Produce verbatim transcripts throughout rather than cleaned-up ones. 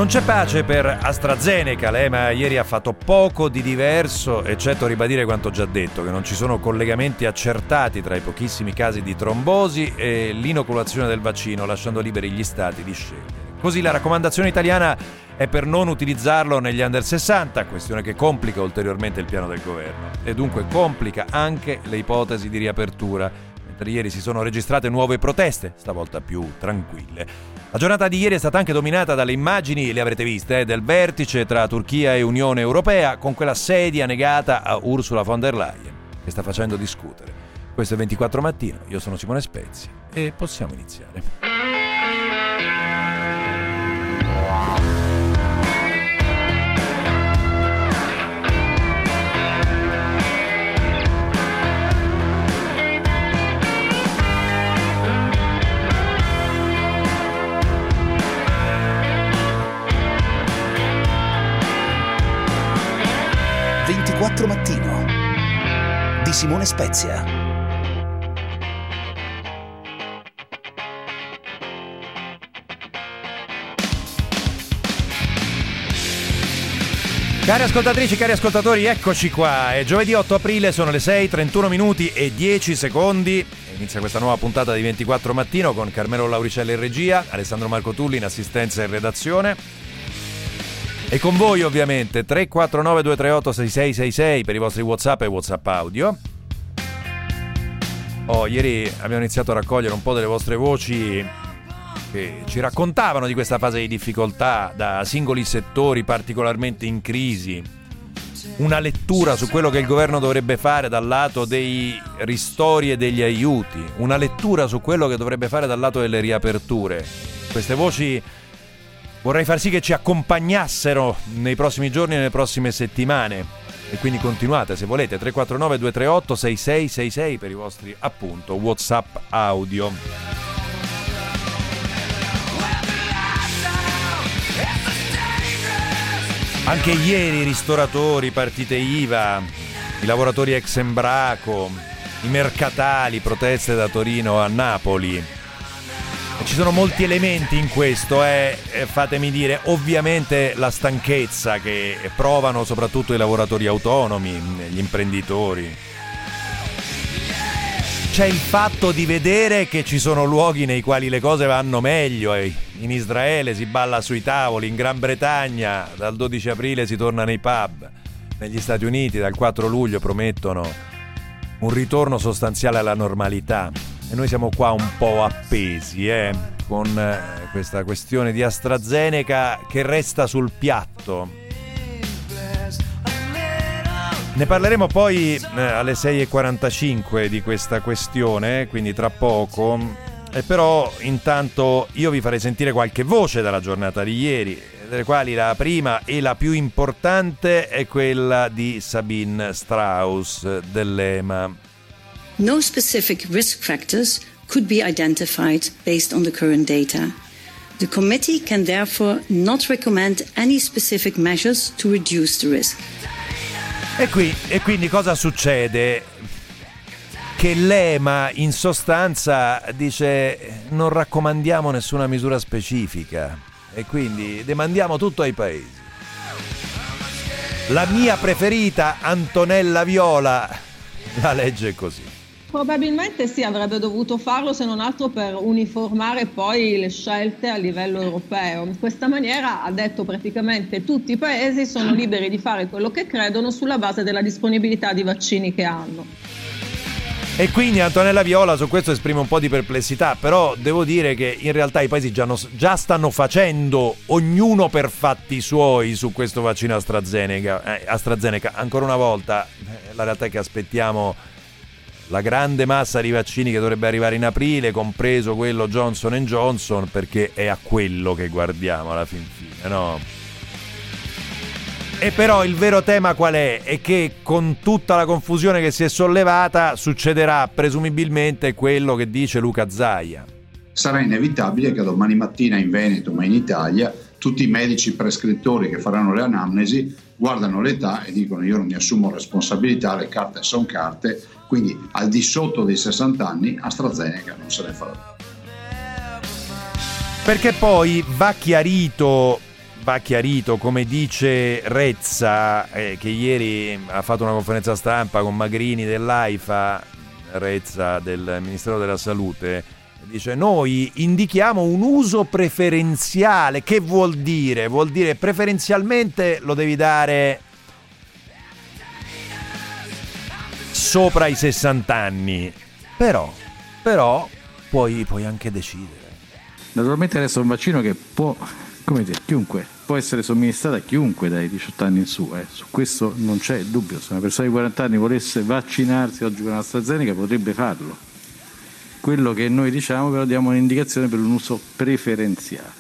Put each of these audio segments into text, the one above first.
Non c'è pace per AstraZeneca. L'E M A ieri ha fatto poco di diverso, eccetto ribadire quanto già detto, che non ci sono collegamenti accertati tra i pochissimi casi di trombosi e l'inoculazione del vaccino, lasciando liberi gli stati di scegliere. Così la raccomandazione italiana è per non utilizzarlo negli under sessanta, questione che complica ulteriormente il piano del governo e dunque complica anche le ipotesi di riapertura. Ieri si sono registrate nuove proteste, stavolta più tranquille. La giornata di ieri è stata anche dominata dalle immagini, le avrete viste, eh, del vertice tra Turchia e Unione Europea, con quella sedia negata a Ursula von der Leyen, che sta facendo discutere. Questo è ventiquattro Mattino, io sono Simone Spezia e possiamo iniziare. ventiquattro Mattino di Simone Spezia. Cari ascoltatrici, cari ascoltatori, eccoci qua. È giovedì otto aprile, sono le sei, trentuno minuti e dieci secondi. Inizia questa nuova puntata di ventiquattro Mattino con Carmelo Lauricelli in regia, Alessandro Marco Tulli in assistenza e redazione. E con voi ovviamente tre quattro nove due tre otto sei sei sei sei per i vostri WhatsApp e WhatsApp audio. Oh, ieri abbiamo iniziato a raccogliere un po' delle vostre voci che ci raccontavano di questa fase di difficoltà da singoli settori particolarmente in crisi. Una lettura su quello che il governo dovrebbe fare dal lato dei ristori e degli aiuti. Una lettura su quello che dovrebbe fare dal lato delle riaperture. Queste voci vorrei far sì che ci accompagnassero nei prossimi giorni e nelle prossime settimane e quindi continuate se volete tre quattro nove due tre otto sei sei sei sei per i vostri appunto WhatsApp audio. Anche ieri i ristoratori, partite I V A, i lavoratori ex Embraco, i mercatali, proteste da Torino a Napoli. Ci sono molti elementi in questo, eh, fatemi dire, ovviamente la stanchezza che provano soprattutto i lavoratori autonomi, gli imprenditori. C'è il fatto di vedere che ci sono luoghi nei quali le cose vanno meglio, eh. In Israele si balla sui tavoli, in Gran Bretagna dal dodici aprile si torna nei pub, negli Stati Uniti dal quattro luglio promettono un ritorno sostanziale alla normalità. E noi siamo qua un po' appesi, eh, con eh, questa questione di AstraZeneca che resta sul piatto. Ne parleremo poi eh, alle sei e quarantacinque di questa questione, quindi tra poco. E però intanto io vi farei sentire qualche voce dalla giornata di ieri, delle quali la prima e la più importante è quella di Sabine Strauss dell'E M A. No specific risk factors could be identified based on the current data. The committee can therefore not recommend any specific measures to reduce the risk. E qui e quindi cosa succede? Che l'E M A in sostanza dice non raccomandiamo nessuna misura specifica e quindi demandiamo tutto ai paesi. La mia preferita, Antonella Viola, la legge così. Probabilmente sì, avrebbe dovuto farlo se non altro per uniformare poi le scelte a livello europeo. In questa maniera ha detto praticamente tutti i paesi sono liberi di fare quello che credono sulla base della disponibilità di vaccini che hanno. E quindi Antonella Viola su questo esprime un po' di perplessità, però devo dire che in realtà i paesi già, no, già stanno facendo ognuno per fatti suoi su questo vaccino AstraZeneca. Eh, AstraZeneca, ancora una volta, eh, la realtà è che aspettiamo la grande massa di vaccini che dovrebbe arrivare in aprile, compreso quello Johnson and Johnson, perché è a quello che guardiamo alla fin fine, no? E però il vero tema qual è? È che con tutta la confusione che si è sollevata succederà presumibilmente quello che dice Luca Zaia. Sarà inevitabile che domani mattina in Veneto, ma in Italia, tutti i medici prescrittori che faranno le anamnesi guardano l'età e dicono io non mi assumo responsabilità, le carte sono carte, quindi al di sotto dei sessanta anni AstraZeneca non se ne farà. Perché poi va chiarito va chiarito, come dice Rezza, eh, che ieri ha fatto una conferenza stampa con Magrini dell'AIFA, Rezza del Ministero della Salute, dice: noi indichiamo un uso preferenziale. Che vuol dire? Vuol dire preferenzialmente lo devi dare sopra i sessanta anni, però, però puoi, puoi anche decidere. Naturalmente adesso è un vaccino che può, come dire, chiunque, può essere somministrato a chiunque dai diciotto anni in su, eh. Su questo non c'è dubbio. Se una persona di quaranta anni volesse vaccinarsi oggi con AstraZeneca potrebbe farlo. Quello che noi diciamo però diamo un'indicazione per un uso preferenziale.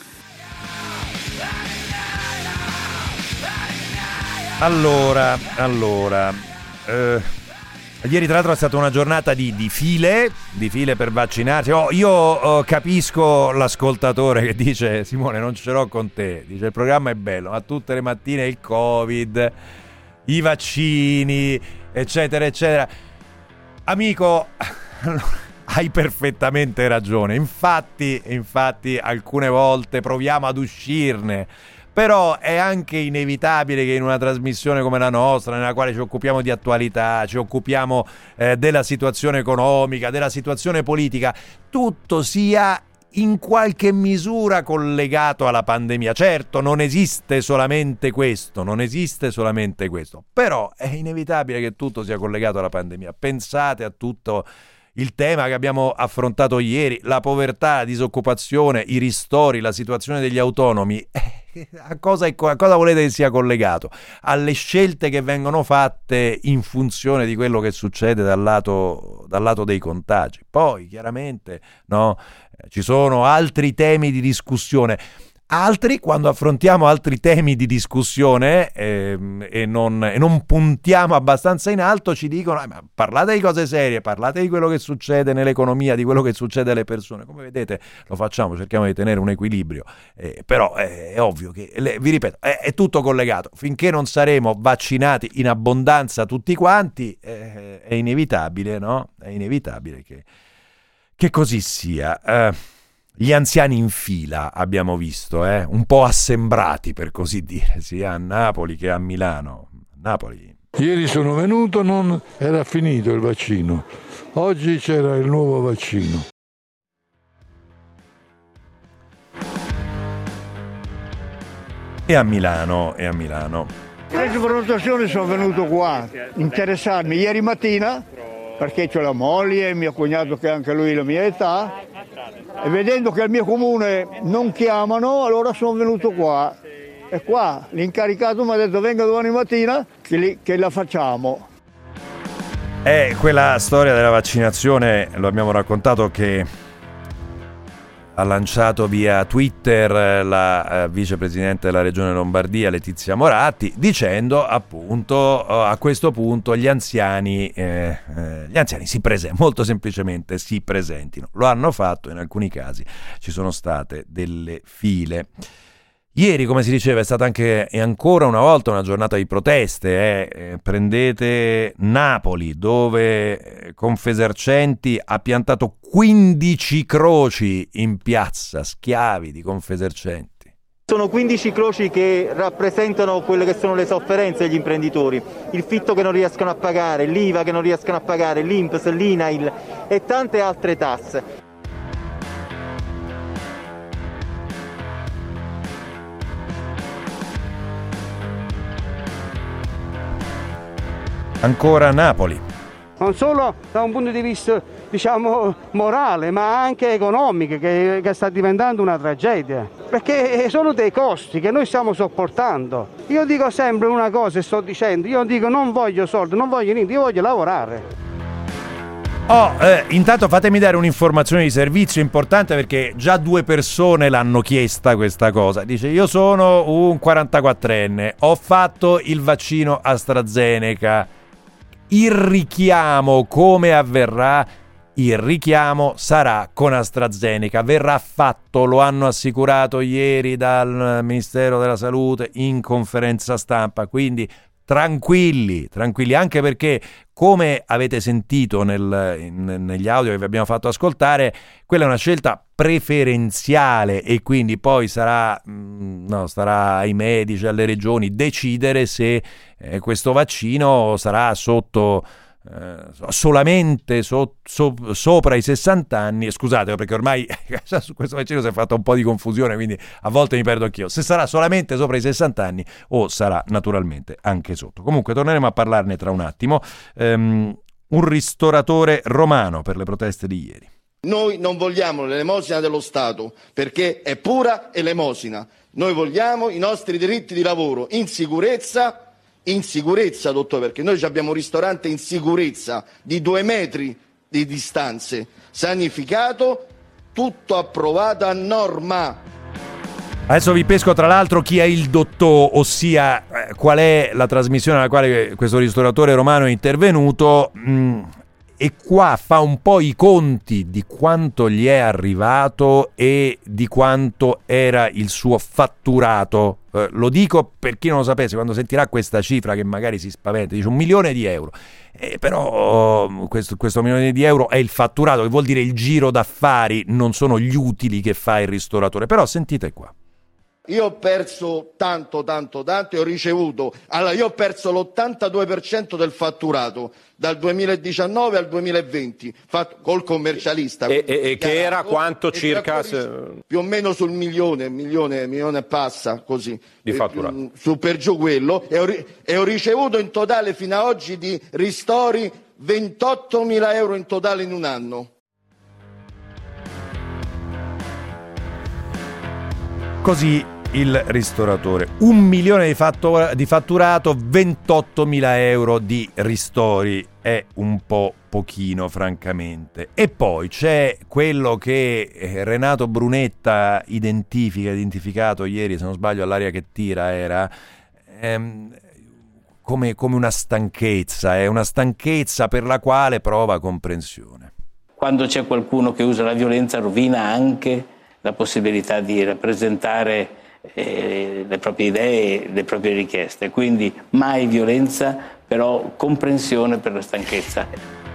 Allora, allora, eh, ieri tra l'altro è stata una giornata di, di file, di file per vaccinarsi. Oh, io oh, capisco l'ascoltatore che dice: Simone, non ce l'ho con te, dice il programma è bello, ma tutte le mattine il Covid, i vaccini, eccetera, eccetera. Amico, hai perfettamente ragione, infatti, infatti alcune volte proviamo ad uscirne. Però è anche inevitabile che in una trasmissione come la nostra, nella quale ci occupiamo di attualità, ci occupiamo eh, della situazione economica, della situazione politica, tutto sia in qualche misura collegato alla pandemia. Certo, non esiste solamente questo, non esiste solamente questo, però è inevitabile che tutto sia collegato alla pandemia. Pensate a tutto il tema che abbiamo affrontato ieri, la povertà, la disoccupazione, i ristori, la situazione degli autonomi. A cosa, a cosa volete che sia collegato? Alle scelte che vengono fatte in funzione di quello che succede dal lato, dal lato dei contagi. Poi chiaramente no, eh, ci sono altri temi di discussione. Altri, quando affrontiamo altri temi di discussione eh, e, non, e non puntiamo abbastanza in alto, ci dicono eh, ma parlate di cose serie, parlate di quello che succede nell'economia, di quello che succede alle persone. Come vedete lo facciamo, cerchiamo di tenere un equilibrio, eh, però eh, è ovvio che, le, vi ripeto, è, è tutto collegato. Finché non saremo vaccinati in abbondanza tutti quanti, eh, è inevitabile, no? È inevitabile che, che così sia. Eh, Gli anziani in fila abbiamo visto, eh? Un po' assembrati per così dire, sia a Napoli che a Milano. Napoli. Ieri sono venuto, non era finito il vaccino. Oggi c'era il nuovo vaccino. E a Milano, e a Milano. Preso prenotazione sono venuto qua a interessarmi ieri mattina perché c'ho la moglie, mio cognato che anche lui ha la mia età, e vedendo che al mio comune non chiamano, allora sono venuto qua. E qua l'incaricato mi ha detto venga domani mattina che, li, che la facciamo. È quella storia della vaccinazione, lo abbiamo raccontato, che ha lanciato via Twitter la eh, vicepresidente della regione Lombardia Letizia Moratti, dicendo appunto eh, a questo punto gli anziani eh, eh, gli anziani si presentino, molto semplicemente si presentino. Lo hanno fatto, in alcuni casi ci sono state delle file. Ieri, come si diceva, è stata anche e ancora una volta una giornata di proteste. Eh. Eh, prendete Napoli, dove Confesercenti ha piantato quindici croci in piazza, schiavi di Confesercenti. Sono quindici croci che rappresentano quelle che sono le sofferenze degli imprenditori, il fitto che non riescono a pagare, l'I V A che non riescono a pagare, l'I N P S, l'I N A I L e tante altre tasse. Ancora Napoli. Non solo da un punto di vista, diciamo, morale, ma anche economico, che, che sta diventando una tragedia, perché sono dei costi che noi stiamo sopportando. Io dico sempre una cosa e sto dicendo, io dico non voglio soldi, non voglio niente, io voglio lavorare. Oh, eh, intanto fatemi dare un'informazione di servizio importante, perché già due persone l'hanno chiesta questa cosa. Dice: io sono un quarantaquattrenne, ho fatto il vaccino AstraZeneca. Il richiamo come avverrà? Il richiamo sarà con AstraZeneca, verrà fatto, lo hanno assicurato ieri dal Ministero della Salute in conferenza stampa, quindi tranquilli, tranquilli, anche perché, come avete sentito nel, in, negli audio che vi abbiamo fatto ascoltare, quella è una scelta preferenziale e quindi poi sarà, no, starà ai medici, alle regioni decidere se eh, questo vaccino sarà sotto eh, solamente so, so, sopra i sessanta anni. Scusate, perché ormai su questo vaccino si è fatta un po' di confusione, quindi a volte mi perdo anch'io, se sarà solamente sopra i sessanta anni o sarà naturalmente anche sotto. Comunque torneremo a parlarne tra un attimo. Um, un ristoratore romano per le proteste di ieri. Noi non vogliamo l'elemosina dello Stato, perché è pura elemosina. Noi vogliamo i nostri diritti di lavoro in sicurezza, in sicurezza, dottore, perché noi abbiamo un ristorante in sicurezza di due metri di distanze, sanificato, tutto approvato a norma. Adesso vi pesco tra l'altro chi è il dottor, ossia eh, qual è la trasmissione alla quale questo ristoratore romano è intervenuto. Mm. E qua fa un po' i conti di quanto gli è arrivato e di quanto era il suo fatturato. Eh, lo dico per chi non lo sapesse, quando sentirà questa cifra che magari si spaventa, dice un milione di euro. Eh, però oh, questo, questo milione di euro è il fatturato, che vuol dire il giro d'affari, non sono gli utili che fa il ristoratore. Però sentite qua. Io ho perso tanto, tanto, tanto e ho ricevuto, allora io ho perso l'ottantadue per cento del fatturato dal duemiladiciannove al duemilaventi, fatto col commercialista. E, e, e che era quanto circa? Più o meno sul milione, milione, milione e passa, così. Di fatturato. E, su per giù quello, e ho, e ho ricevuto in totale fino ad oggi di ristori ventottomila euro in totale in un anno. Così il ristoratore, un milione di, fattura, di fatturato, ventottomila euro di ristori, è un po' pochino francamente. E poi c'è quello che Renato Brunetta identifica, identificato ieri, se non sbaglio all'aria che tira era ehm, come, come una stanchezza, è una stanchezza per la quale prova comprensione. Quando c'è qualcuno che usa la violenza rovina anche la possibilità di rappresentare eh, le proprie idee, le proprie richieste. Quindi mai violenza, però comprensione per la stanchezza.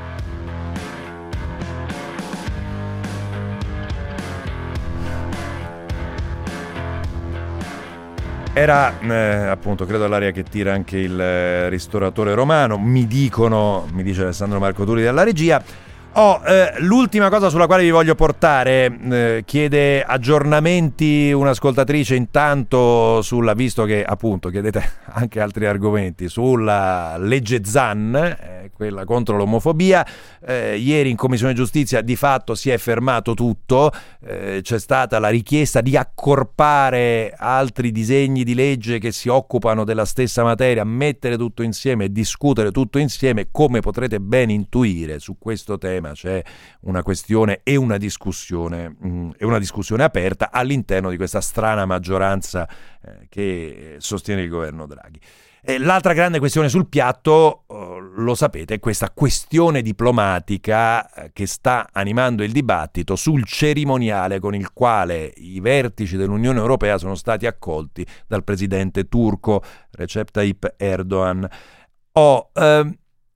Era eh, appunto, credo all'aria che tira anche il eh, ristoratore romano. Mi dicono, mi dice Alessandro Marco Turi dalla regia. Oh, eh, l'ultima cosa sulla quale vi voglio portare, eh, chiede aggiornamenti un'ascoltatrice intanto sulla, visto che appunto chiedete anche altri argomenti, sulla legge Zan, eh, quella contro l'omofobia. Eh, ieri in Commissione Giustizia di fatto si è fermato tutto, eh, c'è stata la richiesta di accorpare altri disegni di legge che si occupano della stessa materia, mettere tutto insieme e discutere tutto insieme. Come potrete ben intuire, su questo tema c'è una questione e una discussione mh, e una discussione aperta all'interno di questa strana maggioranza eh, che sostiene il governo Draghi. E l'altra grande questione sul piatto, oh, lo sapete, è questa questione diplomatica eh, che sta animando il dibattito sul cerimoniale con il quale i vertici dell'Unione Europea sono stati accolti dal presidente turco Recep Tayyip Erdogan. Oh, ehm,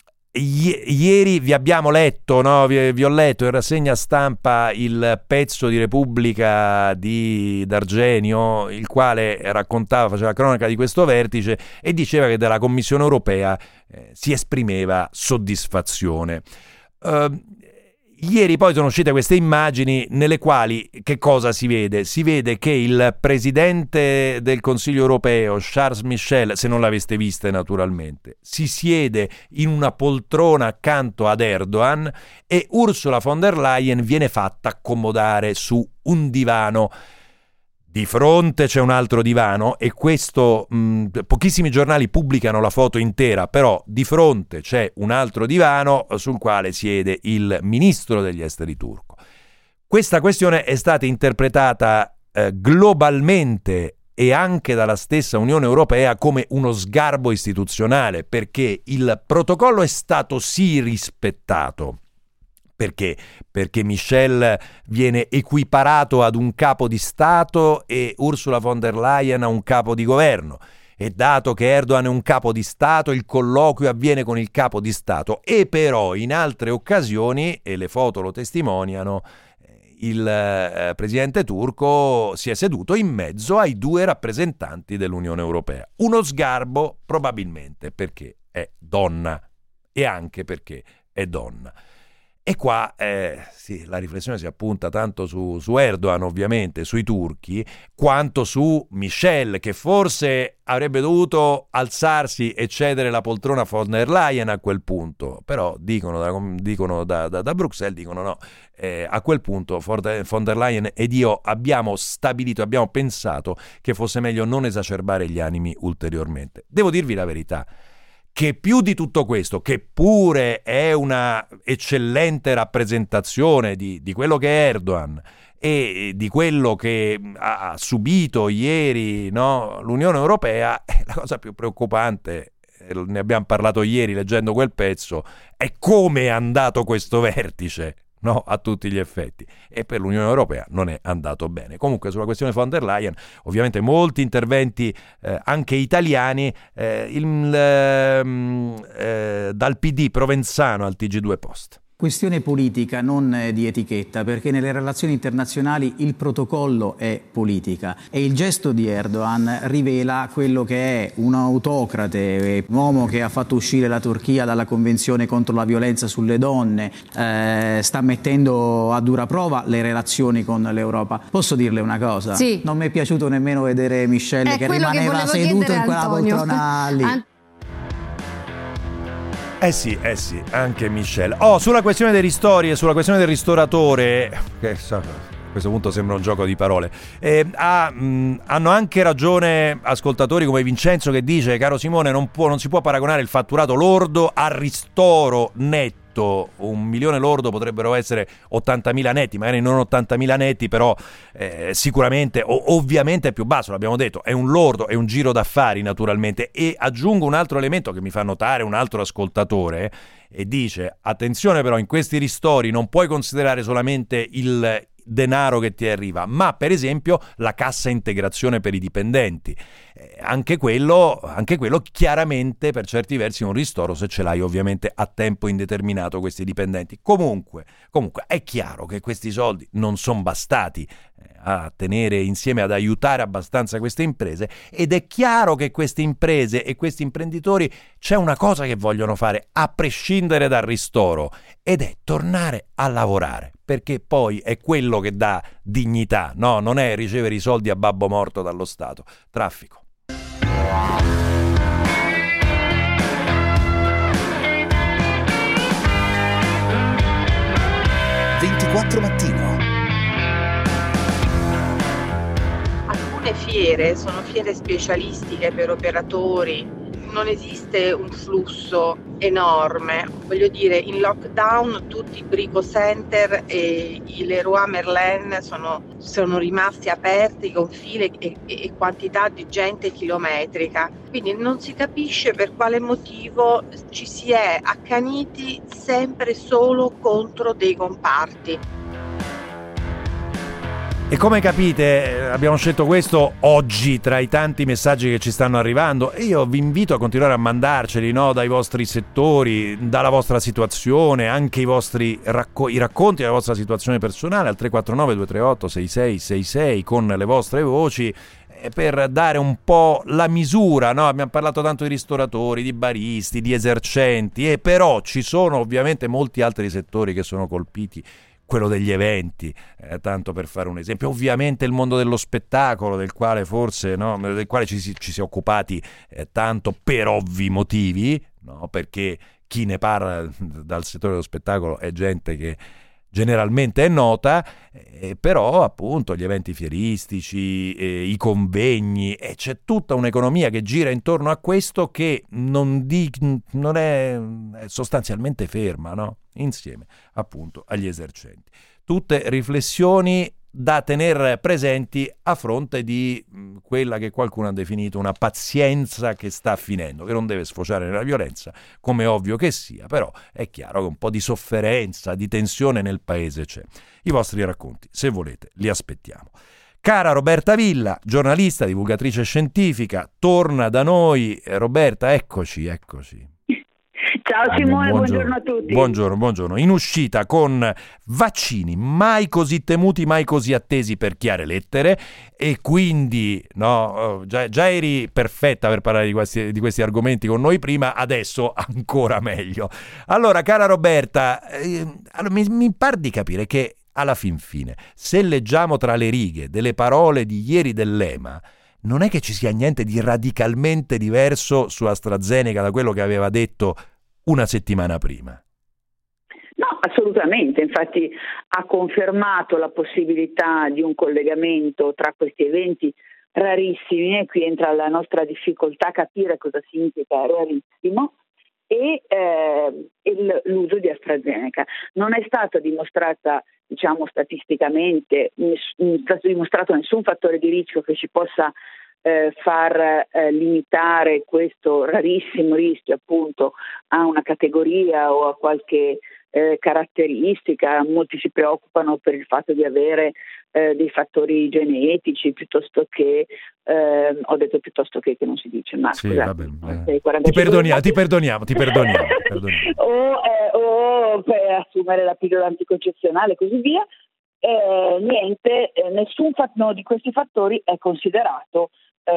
Ieri vi abbiamo letto, no? vi, vi ho letto in rassegna stampa il pezzo di Repubblica di D'Argenio, il quale raccontava, faceva cronaca di questo vertice e diceva che dalla Commissione Europea eh, si esprimeva soddisfazione. Uh, Ieri poi sono uscite queste immagini nelle quali che cosa si vede? Si vede che il presidente del Consiglio europeo, Charles Michel, se non l'aveste viste naturalmente, si siede in una poltrona accanto ad Erdogan e Ursula von der Leyen viene fatta accomodare su un divano. Di fronte c'è un altro divano e questo mh, pochissimi giornali pubblicano la foto intera, però di fronte c'è un altro divano sul quale siede il ministro degli esteri turco. Questa questione è stata interpretata eh, globalmente e anche dalla stessa Unione Europea come uno sgarbo istituzionale, perché il protocollo è stato sì rispettato. Perché? Perché Michel viene equiparato ad un capo di Stato e Ursula von der Leyen a un capo di governo. e dato che Erdogan è un capo di Stato, il colloquio avviene con il capo di Stato, e però in altre occasioni, e le foto lo testimoniano, il eh, presidente turco si è seduto in mezzo ai due rappresentanti dell'Unione Europea. Uno sgarbo probabilmente perché è donna e anche perché è donna. E qua eh, sì, la riflessione si appunta tanto su, su Erdogan, ovviamente, sui turchi, quanto su Michel, che forse avrebbe dovuto alzarsi e cedere la poltrona a von der Leyen a quel punto. Però dicono da, dicono da, da, da Bruxelles, dicono no, eh, a quel punto von der Leyen ed io abbiamo stabilito, abbiamo pensato che fosse meglio non esacerbare gli animi ulteriormente. Devo dirvi la verità, che più di tutto questo, che pure è una eccellente rappresentazione di, di quello che è Erdogan e di quello che ha subito ieri, no, l'Unione Europea, la cosa più preoccupante, ne abbiamo parlato ieri leggendo quel pezzo, è come è andato questo vertice. No, a tutti gli effetti, e per l'Unione Europea non è andato bene. Comunque sulla questione von der Leyen, ovviamente molti interventi eh, anche italiani, eh, il, eh, dal P D Provenzano al T G due Post. Questione politica, non di etichetta, perché nelle relazioni internazionali il protocollo è politica e il gesto di Erdogan rivela quello che è un autocrate, un uomo che ha fatto uscire la Turchia dalla Convenzione contro la violenza sulle donne, eh, sta mettendo a dura prova le relazioni con l'Europa. Posso dirle una cosa? Sì. Non mi è piaciuto nemmeno vedere Michel è che rimaneva che seduto in quella Antonio. poltrona lì. An- Eh sì, eh sì, anche Michel. Oh, sulla questione dei ristori e sulla questione del ristoratore, che a questo punto sembra un gioco di parole, eh, ha, mh, hanno anche ragione ascoltatori come Vincenzo che dice: caro Simone, non, può, non si può paragonare il fatturato lordo al ristoro netto. Un milione lordo potrebbero essere ottantamila netti, magari non ottantamila netti, però eh, sicuramente, o, ovviamente è più basso, l'abbiamo detto, è un lordo, è un giro d'affari naturalmente. E aggiungo un altro elemento che mi fa notare un altro ascoltatore, e dice: attenzione però, in questi ristori non puoi considerare solamente il denaro che ti arriva, ma per esempio la cassa integrazione per i dipendenti, eh, anche quello anche quello chiaramente per certi versi è un ristoro, se ce l'hai ovviamente a tempo indeterminato questi dipendenti. Comunque, comunque è chiaro che questi soldi non sono bastati eh, a tenere insieme, ad aiutare abbastanza queste imprese, ed è chiaro che queste imprese e questi imprenditori c'è una cosa che vogliono fare a prescindere dal ristoro, ed è tornare a lavorare, perché poi è quello che dà dignità, no? Non è ricevere i soldi a babbo morto dallo Stato. Traffico. ventiquattro Mattino. Alcune fiere sono fiere specialistiche per operatori. Non esiste un flusso enorme, voglio dire, in lockdown tutti i Brico Center e i Leroy Merlin sono, sono rimasti aperti con file e, e quantità di gente chilometrica, quindi non si capisce per quale motivo ci si è accaniti sempre solo contro dei comparti. E come capite abbiamo scelto questo oggi tra i tanti messaggi che ci stanno arrivando, e io vi invito a continuare a mandarceli, no? Dai vostri settori, dalla vostra situazione, anche i vostri racco- i racconti della vostra situazione personale al tre quattro nove due tre otto sei sei sei sei con le vostre voci, per dare un po' la misura, no? Abbiamo parlato tanto di ristoratori, di baristi, di esercenti, e però ci sono ovviamente molti altri settori che sono colpiti. Quello degli eventi, eh, tanto per fare un esempio, ovviamente il mondo dello spettacolo, del quale forse, no, del quale ci si, ci si è occupati eh, tanto per ovvi motivi, no? Perché chi ne parla dal settore dello spettacolo è gente che generalmente è nota, eh, però appunto gli eventi fieristici, eh, i convegni, e c'è tutta un'economia che gira intorno a questo che non, di, non è, è sostanzialmente ferma, no? Insieme appunto agli esercenti. Tutte riflessioni da tener presenti a fronte di mh, quella che qualcuno ha definito una pazienza che sta finendo, che non deve sfociare nella violenza, come ovvio che sia, però è chiaro che un po' di sofferenza, di tensione nel paese c'è. I vostri racconti, se volete, li aspettiamo. Cara Roberta Villa, giornalista, divulgatrice scientifica, torna da noi. Roberta, eccoci, eccoci. Ciao Simone, buongiorno. buongiorno a tutti. Buongiorno, buongiorno. In uscita con vaccini mai così temuti, mai così attesi per chiare lettere, e quindi no, già, già eri perfetta per parlare di questi, di questi argomenti con noi prima, adesso ancora meglio. Allora, cara Roberta, eh, allora, mi, mi par di capire che alla fin fine, se leggiamo tra le righe delle parole di ieri dell'E M A, non è che ci sia niente di radicalmente diverso su AstraZeneca da quello che aveva detto una settimana prima. No, assolutamente, infatti ha confermato la possibilità di un collegamento tra questi eventi rarissimi, e qui entra la nostra difficoltà a capire cosa significa rarissimo, e eh, il, l'uso di AstraZeneca. Non è stata dimostrata, diciamo statisticamente, non è stato dimostrato nessun fattore di rischio che ci possa Eh, far eh, limitare questo rarissimo rischio appunto a una categoria o a qualche eh, caratteristica. Molti si preoccupano per il fatto di avere eh, dei fattori genetici piuttosto che eh, ho detto piuttosto che che non si dice, ma sì, scusate, vabbè, eh. ti perdoniamo, ti perdoniamo, ti perdoniamo, perdoniamo. o, eh, o per assumere la pillola anticoncezionale e così via. Eh, niente, eh, nessun fatto di questi fattori è considerato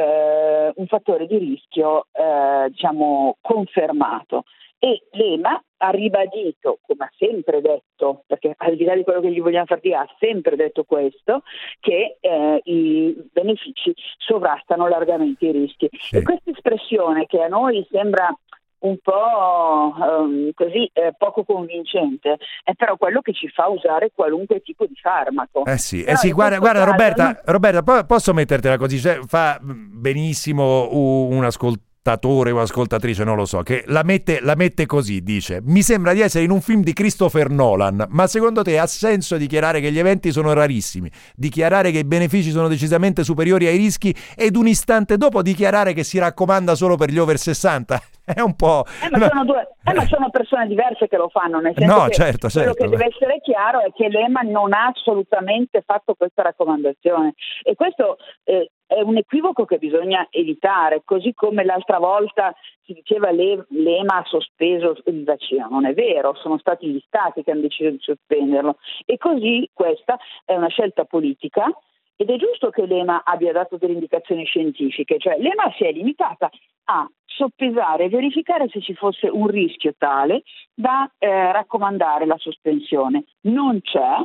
eh, un fattore di rischio eh, diciamo confermato, e l'E M A ha ribadito, come ha sempre detto, perché al di là di quello che gli vogliamo far dire, ha sempre detto questo, che eh, i benefici sovrastano largamente i rischi. Sì. E questa espressione, che a noi sembra un po' um, così eh, poco convincente, è però quello che ci fa usare qualunque tipo di farmaco. Eh sì, eh sì guarda, guarda caso, Roberta, no? Roberta, posso mettertela così? Cioè, fa benissimo un ascoltatore o ascoltatrice, non lo so, che la mette, la mette così, dice: mi sembra di essere in un film di Christopher Nolan, ma secondo te ha senso dichiarare che gli eventi sono rarissimi, dichiarare che i benefici sono decisamente superiori ai rischi, ed un istante dopo dichiarare che si raccomanda solo per gli over sessanta? È un po'... Eh, ma, sono due, eh, ma sono persone diverse che lo fanno, nel senso no, che certo, quello certo, che beh. deve essere chiaro è che l'E M A non ha assolutamente fatto questa raccomandazione, e questo eh, è un equivoco che bisogna evitare, così come l'altra volta si diceva l'E M A ha sospeso il vaccino. Non è vero, sono stati gli stati che hanno deciso di sospenderlo, e così questa è una scelta politica. Ed è giusto che l'E M A abbia dato delle indicazioni scientifiche, cioè l'E M A si è limitata a soppesare e verificare se ci fosse un rischio tale da eh, raccomandare la sospensione. Non c'è,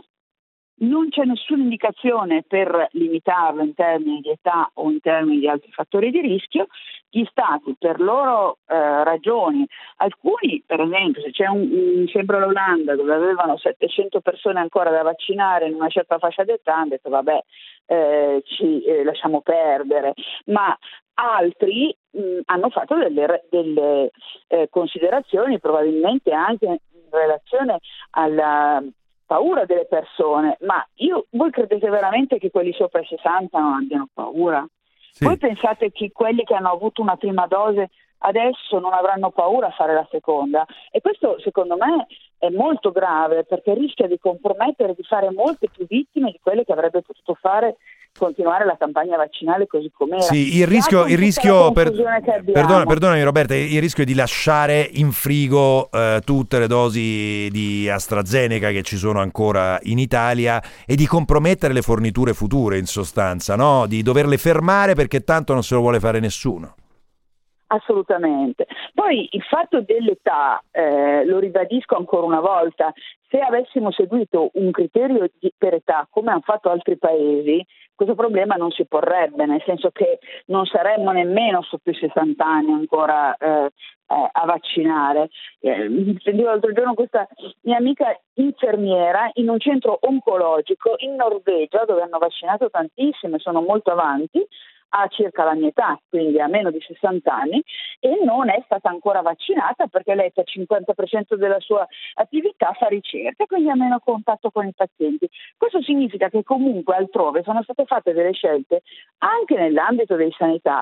non c'è nessuna indicazione per limitarlo in termini di età o in termini di altri fattori di rischio. Gli stati, per loro eh, ragioni, alcuni, per esempio, se c'è un, un sembra l'Olanda, dove avevano settecento persone ancora da vaccinare in una certa fascia d'età, hanno detto vabbè, eh, ci eh, lasciamo perdere, ma altri mh, hanno fatto delle, delle eh, considerazioni, probabilmente anche in relazione alla paura delle persone. Ma io, voi credete veramente che quelli sopra i sessanta non abbiano paura? Sì. Voi pensate che quelli che hanno avuto una prima dose adesso non avranno paura a fare la seconda? E questo secondo me è molto grave, perché rischia di compromettere, di fare molte più vittime di quelle che avrebbe potuto fare continuare la campagna vaccinale così com'era. Sì, il rischio, il rischio per, perdona, perdonami Roberta, il rischio è di lasciare in frigo eh, tutte le dosi di AstraZeneca che ci sono ancora in Italia, e di compromettere le forniture future, in sostanza, no? Di doverle fermare perché tanto non se lo vuole fare nessuno. Assolutamente. Poi il fatto dell'età, eh, lo ribadisco ancora una volta, se avessimo seguito un criterio di, per età come hanno fatto altri paesi, questo problema non si porrebbe, nel senso che non saremmo nemmeno sotto i sessanta anni ancora eh, eh, a vaccinare. Eh, sentivo l'altro giorno questa mia amica infermiera in un centro oncologico in Norvegia, dove hanno vaccinato tantissime, sono molto avanti, ha circa la mia età, quindi a meno di sessanta anni, e non è stata ancora vaccinata perché lei per cinquanta per cento della sua attività fa ricerca, quindi ha meno contatto con i pazienti. Questo significa che comunque altrove sono state fatte delle scelte anche nell'ambito dei sanitari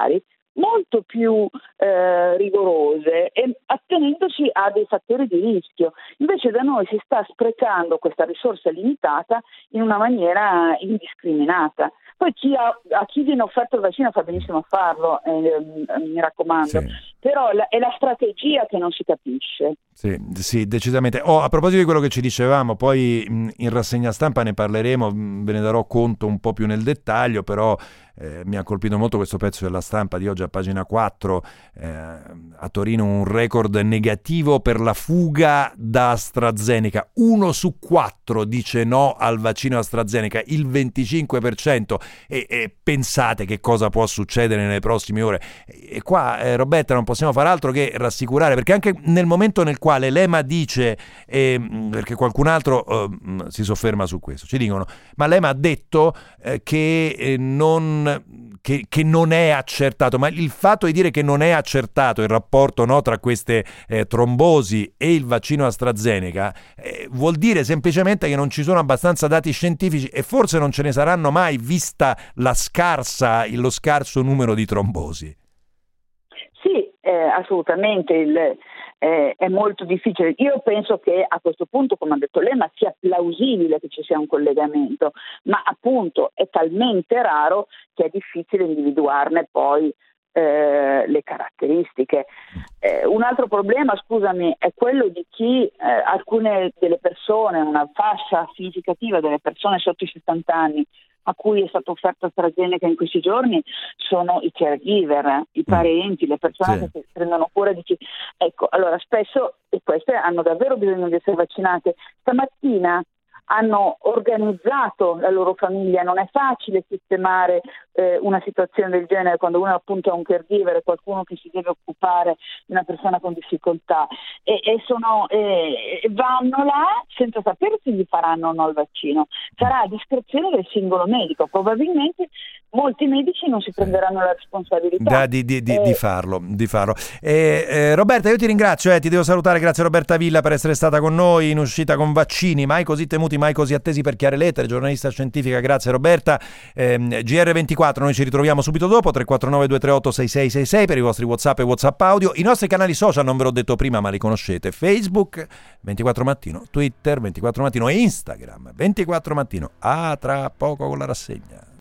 molto più eh, rigorose e attenendosi a dei fattori di rischio. Invece da noi si sta sprecando questa risorsa limitata in una maniera indiscriminata. Poi chi ha, a chi viene offerto il vaccino fa benissimo a farlo, eh, mi raccomando, sì. Però la, è la strategia che non si capisce. Sì, sì, decisamente. Oh, a proposito di quello che ci dicevamo, poi in rassegna stampa ne parleremo, ve ne darò conto un po' più nel dettaglio, però eh, mi ha colpito molto questo pezzo della Stampa di oggi a pagina quattro, eh, a Torino un record negativo per la fuga da AstraZeneca. Uno su quattro dice no al vaccino AstraZeneca, il venticinque per cento, e, e pensate che cosa può succedere nelle prossime ore. E qua, eh, Roberta, non possiamo far altro che rassicurare, perché anche nel momento nel quale l'E M A dice, eh, perché qualcun altro eh, si sofferma su questo, ci dicono, ma l'E M A ha detto eh, che, eh, non, che, che non è accertato, ma il fatto di dire che non è accertato il rapporto, no, tra queste eh, trombosi e il vaccino AstraZeneca eh, vuol dire semplicemente che non ci sono abbastanza dati scientifici, e forse non ce ne saranno mai, vista la scarsa, lo scarso numero di trombosi. Sì, eh, assolutamente, il, eh, è molto difficile. Io penso che a questo punto, come ha detto l'E M A, sia plausibile che ci sia un collegamento, ma appunto è talmente raro che è difficile individuarne poi eh, le caratteristiche. Eh, un altro problema, scusami, è quello di chi, eh, alcune delle persone, una fascia significativa delle persone sotto i settanta anni a cui è stata offerta AstraZeneca in questi giorni sono i caregiver, i parenti, le persone sì. che si prendono cura di chi. Ecco, allora spesso e queste hanno davvero bisogno di essere vaccinate. Stamattina hanno organizzato la loro famiglia, non è facile sistemare eh, una situazione del genere quando uno appunto è un caregiver, qualcuno che si deve occupare di una persona con difficoltà, e, e sono eh, vanno là senza sapere se gli faranno o no il vaccino. Sarà a discrezione del singolo medico, probabilmente molti medici non si prenderanno la responsabilità da, di, di, di, eh, di farlo, di farlo. Eh, eh, Roberta, io ti ringrazio, eh, ti devo salutare, grazie Roberta Villa per essere stata con noi in uscita con vaccini, mai così temuti, mai così attesi, per Chiare Lettere, giornalista scientifica, grazie Roberta. eh, G R ventiquattro, noi ci ritroviamo subito dopo, tre quattro nove due tre otto sei sei sei sei per i vostri WhatsApp e WhatsApp audio, i nostri canali social non ve l'ho detto prima ma li conoscete: Facebook ventiquattro Mattino, Twitter ventiquattro Mattino e Instagram ventiquattro Mattino. A tra poco con la rassegna.